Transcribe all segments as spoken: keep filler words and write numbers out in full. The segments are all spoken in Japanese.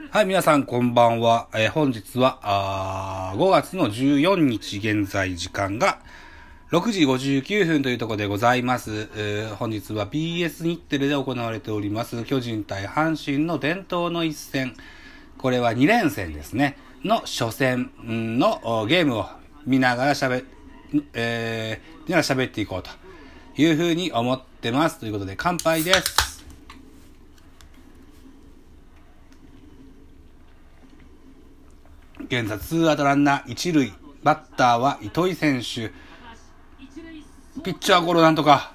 はい、皆さんこんばんは。えー、本日はあごがつのじゅうよっか現在時間がろくじごじゅうきゅうふんというところでございます。えー、本日は ビーエス 日テレで行われております巨人対阪神の伝統の一戦。これはに連戦ですね。の初戦のゲームを見ながら喋、えー、見ながら喋っていこうというふうに思ってます。ということで乾杯です。現在ツーアウトランナー一塁、バッターは糸井選手。ピッチャーゴロなんとか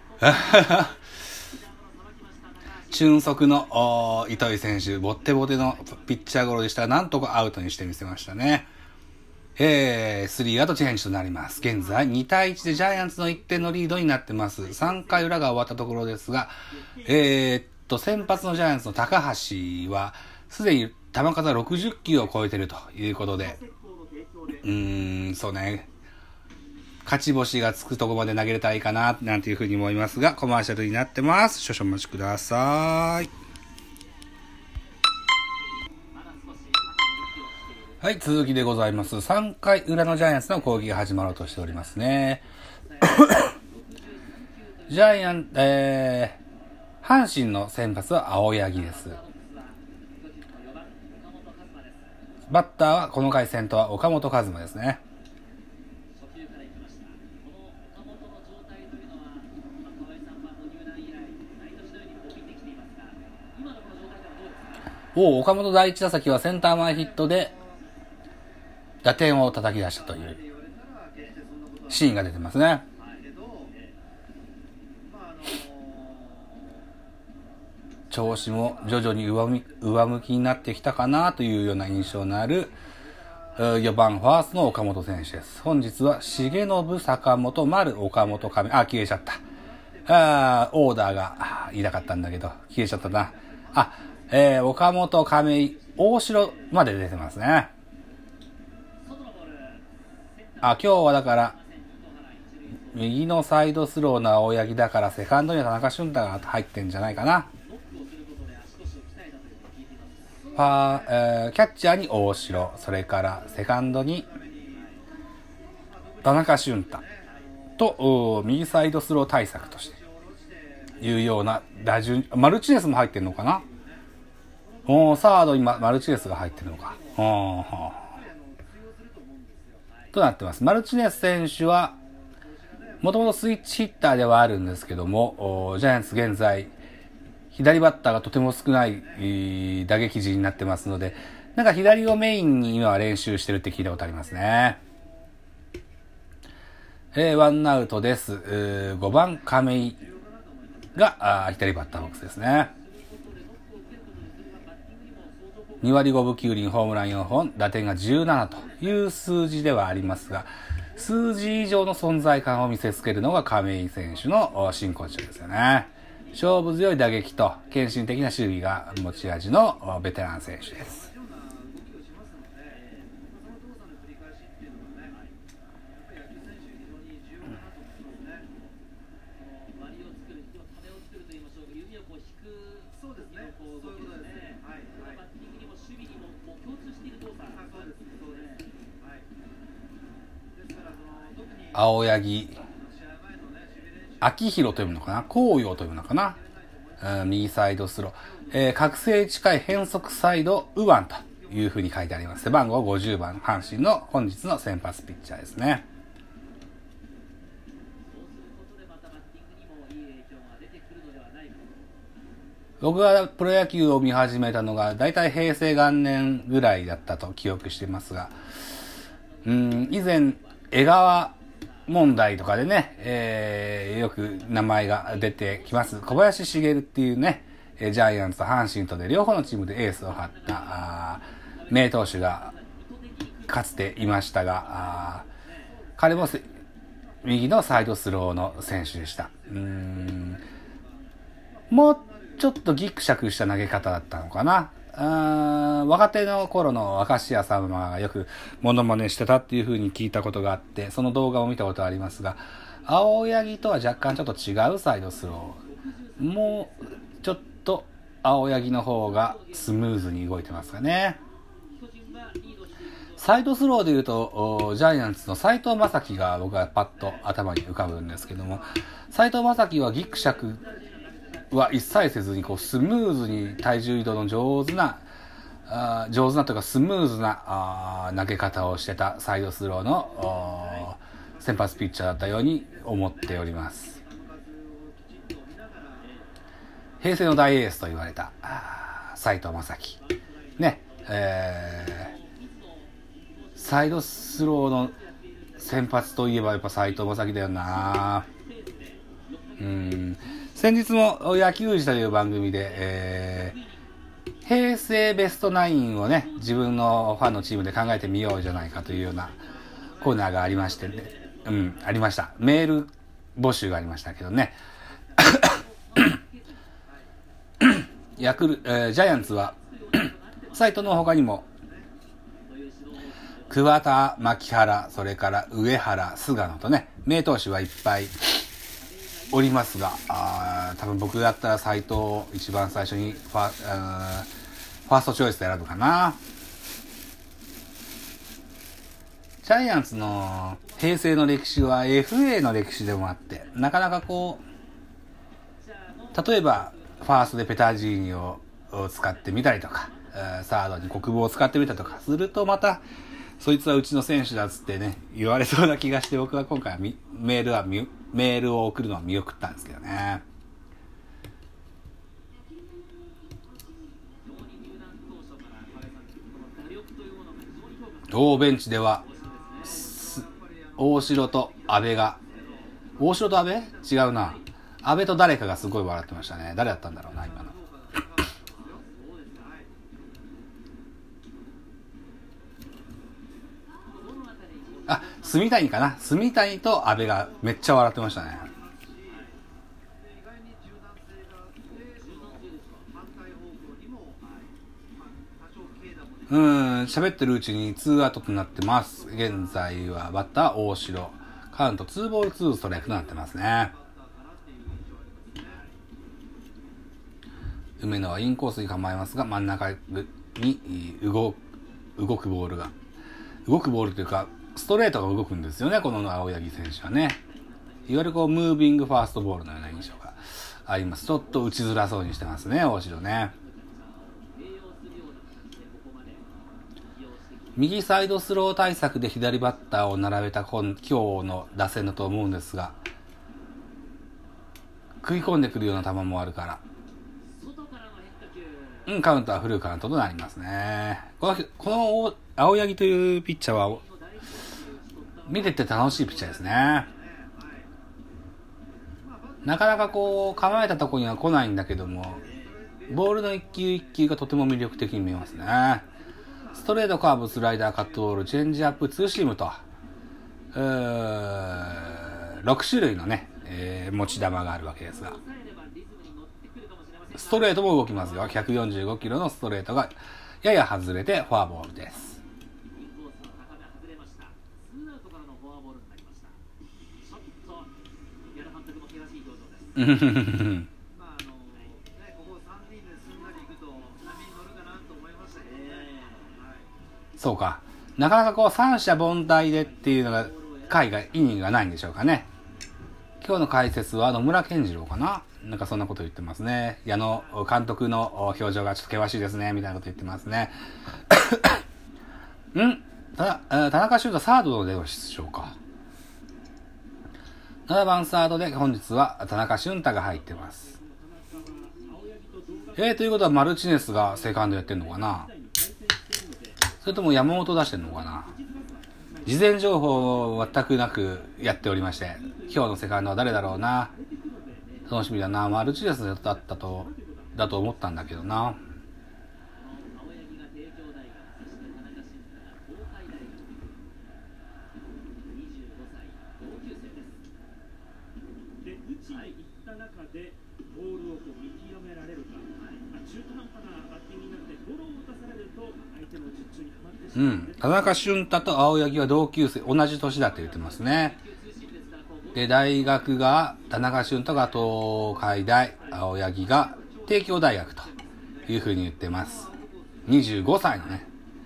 俊足の糸井選手、ボッテボテのピッチャーゴロでしたが、なんとかアウトにしてみせましたね。えー、スリーアウトチェンジとなります。現在にたいいちでジャイアンツのいってんのリードになってます。さんかい裏が終わったところですが、えー、っと先発のジャイアンツの高橋はすでに球数はろくじゅっきゅうを超えているということで、うーんそうね勝ち星がつくところまで投げれたらいいかななんていうふうに思いますが、コマーシャルになってます。少々お待ちください。はい、続きでございます。さんかい裏のジャイアンツの攻撃が始まろうとしておりますね。ジャイアン、えー、阪神の先発は青柳です。バッターはこの回先頭は岡本和真ですね。お岡本第一打席はセンター前ヒットで打点を叩き出したというシーンが出てますね。調子も徐々に上向き、上向きになってきたかなというような印象のあるよばんファーストの岡本選手です。本日は重信、坂本、丸、岡本、亀、あ、消えちゃった。あオーダーが言いたかったんだけど消えちゃったな。あ、えー、岡本、亀井、大城まで出てますね。あ、今日はだから右のサイドスローの青柳だからセカンドには田中俊太が入ってんじゃないかな。ファー、えー、キャッチャーに大城、それからセカンドに田中俊太と右サイドスロー対策としていうような打順。マルチネスも入ってるのかな。おサードにマルチネスが入ってるのかおとなってます。マルチネス選手はもともとスイッチヒッターではあるんですけども、ジャイアンツ現在左バッターがとても少ない打撃陣になってますので、なんか左をメインに今は練習してるって聞いたことありますね。えー、ワンアウトです。ごばん亀井が左バッターボックスですね。にわりごぶきゅうりん、ホームランよんほん、打点がじゅうななという数字ではありますが、数字以上の存在感を見せつけるのが亀井選手の真骨頂ですよね。勝負強い打撃と献身的な守備が持ち味のベテラン選手です。青柳、秋広というのかな、紅葉というのかな、うん、右サイドスロー、えー、覚醒近い変則サイド右腕というふうに書いてあります。背番号ごじゅうばん、阪神の本日の先発ピッチャーですね。僕がプロ野球を見始めたのがだいたい平成元年ぐらいだったと記憶していますが、うん、以前江川問題とかでね、えー、よく名前が出てきます小林茂っていうね、ジャイアンツと阪神とで両方のチームでエースを張った名投手がかつていましたが、彼も右のサイドスローの選手でした。うーんもうちょっとギクシャクした投げ方だったのかな。あ若手の頃の明石家さんまがよくモノマネしてたっていう風に聞いたことがあって、その動画を見たことありますが、青柳とは若干ちょっと違うサイドスロー、もうちょっと青柳の方がスムーズに動いてますかね。サイドスローでいうとジャイアンツの斉藤正樹が僕はパッと頭に浮かぶんですけども、斉藤正樹はギクシャクは一切せずにこうスムーズに体重移動の上手なあ上手なというかスムーズなあ投げ方をしてたサイドスローの先発ピッチャーだったように思っております。平成の大エースと言われた斉藤正樹ね、えー、サイドスローの先発といえばやっぱ斉藤正樹だよな。うん、先日も野球児という番組で、えー、平成ベストナインをね自分のファンのチームで考えてみようじゃないかというようなコーナーがありましてね、うん、ありました。メール募集がありましたけどねヤクル、えー、ジャイアンツは斉藤の他にも桑田、牧原、それから上原、菅野とね名投手はいっぱいおりますが、あ多分僕だったら斉藤を一番最初にファ、ファーストチョイスで選ぶかな。ジャイアンツの平成の歴史は エフエー の歴史でもあって、なかなかこう例えばファーストでペタジーニを使ってみたりとか、サードに国防を使ってみたりとかするとまたそいつはうちの選手だっつってね言われそうな気がして、僕は今回はメールはメールを送るのは見送ったんですけどね。大ベンチでは大城と阿部が大城と阿部違うな阿部と誰かがすごい笑ってましたね。誰だったんだろうな今のあ、住谷かな。住谷と阿部がめっちゃ笑ってましたね。うん、喋ってるうちにツーアウトとなってます。現在はバッター大城。カウントツーボールツーストライクとなってますね。梅野はインコースに構えますが、真ん中に動く、動くボールが。動くボールというか、ストレートが動くんですよね、この青柳選手はね。いわゆるこうムービングファーストボールのような印象があります。ちょっと打ちづらそうにしてますね、大城ね。右サイドスロー対策で左バッターを並べた今日の打線だと思うんですが、食い込んでくるような球もあるから、うん、カウントはフルカウントとなりますね。この、この青柳というピッチャーは見てて楽しいピッチャーですね。なかなかこう構えたところには来ないんだけども、ボールの一球一球がとても魅力的に見えますね。ストレート、カーブ、スライダー、カットボール、チェンジアップ、ツーシームと、うーろく種類のね、えー、持ち球があるわけですが、ストレートも動きますよ。ひゃくよんじゅうごキロのストレートがやや外れてフォアボールです。そうか、なかなかこう三者凡退でっていうのが回がイニングがないんでしょうかね。今日の解説は野村健次郎かな、なんかそんなこと言ってますね。矢野監督の表情がちょっと険しいですねみたいなこと言ってますねんた田中修太サードでは出場か。ななばんサードで本日は田中俊太が入ってます。えー、ということはマルチネスがセカンドやってんのかな、それとも山本出してんのかな。事前情報全くなくやっておりまして、今日のセカンドは誰だろうな、楽しみだな。マルチネスだったとだと思ったんだけどな。うん、田中俊太と青柳は同級生、同じ年だって言ってますね。で、大学が田中俊太が東海大、青柳が帝京大学というふうに言ってます。にじゅうごさいのね、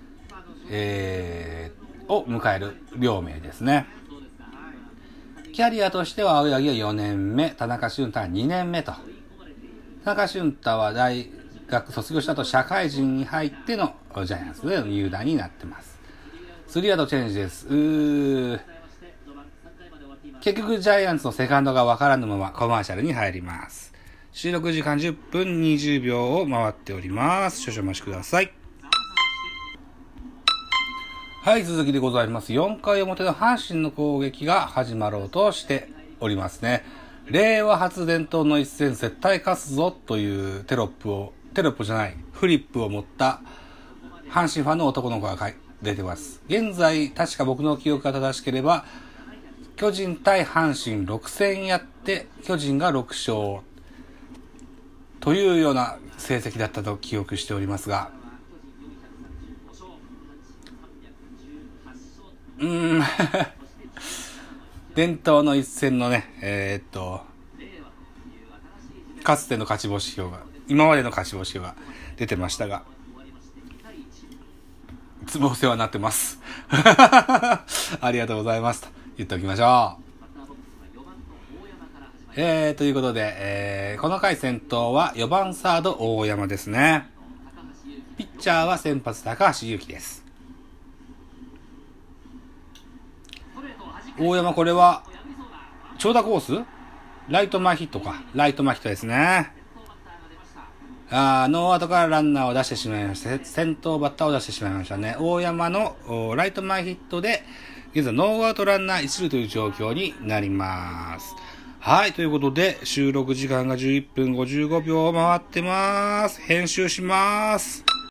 えー、を迎える両名ですね。キャリアとしては青柳はよねんめ、田中俊太はにねんめと。田中俊太は大学卒業した後社会人に入ってのジャイアンツでの入団になってます。スリーアウトチェンジです。うー結局ジャイアンツのセカンドが分からぬままコマーシャルに入ります。収録時間じゅっぷんにじゅうびょうを回っております。少々お待ちください。はい、続きでございます。よんかい表の阪神の攻撃が始まろうとしておりますね。令和初伝統の一戦絶対勝つぞというテロップを、テロップじゃない、フリップを持った阪神ファンの男の子が出てます。現在、確か僕の記憶が正しければ、巨人対阪神ろくせんやって、巨人がろくしょうというような成績だったと記憶しておりますが、うーん伝統の一戦のね、えー、っとかつての勝ち星表が、今までの勝ち星表が出てましたが、いつもお世話になってますありがとうございますと言っておきましょう。えー、ということで、えー、この回先頭はよばんサード大山ですね。ピッチャーは先発高橋優貴です。大山これは長打コースライト前ヒットか。ライト前ヒットですね。あーノーアウトからランナーを出してしまいました。先頭バッターを出してしまいましたね。大山のライト前ヒットで現在ノーアウトランナー一塁という状況になります。はい、ということで収録時間がじゅういっぷんごじゅうごびょうを回ってます。編集します。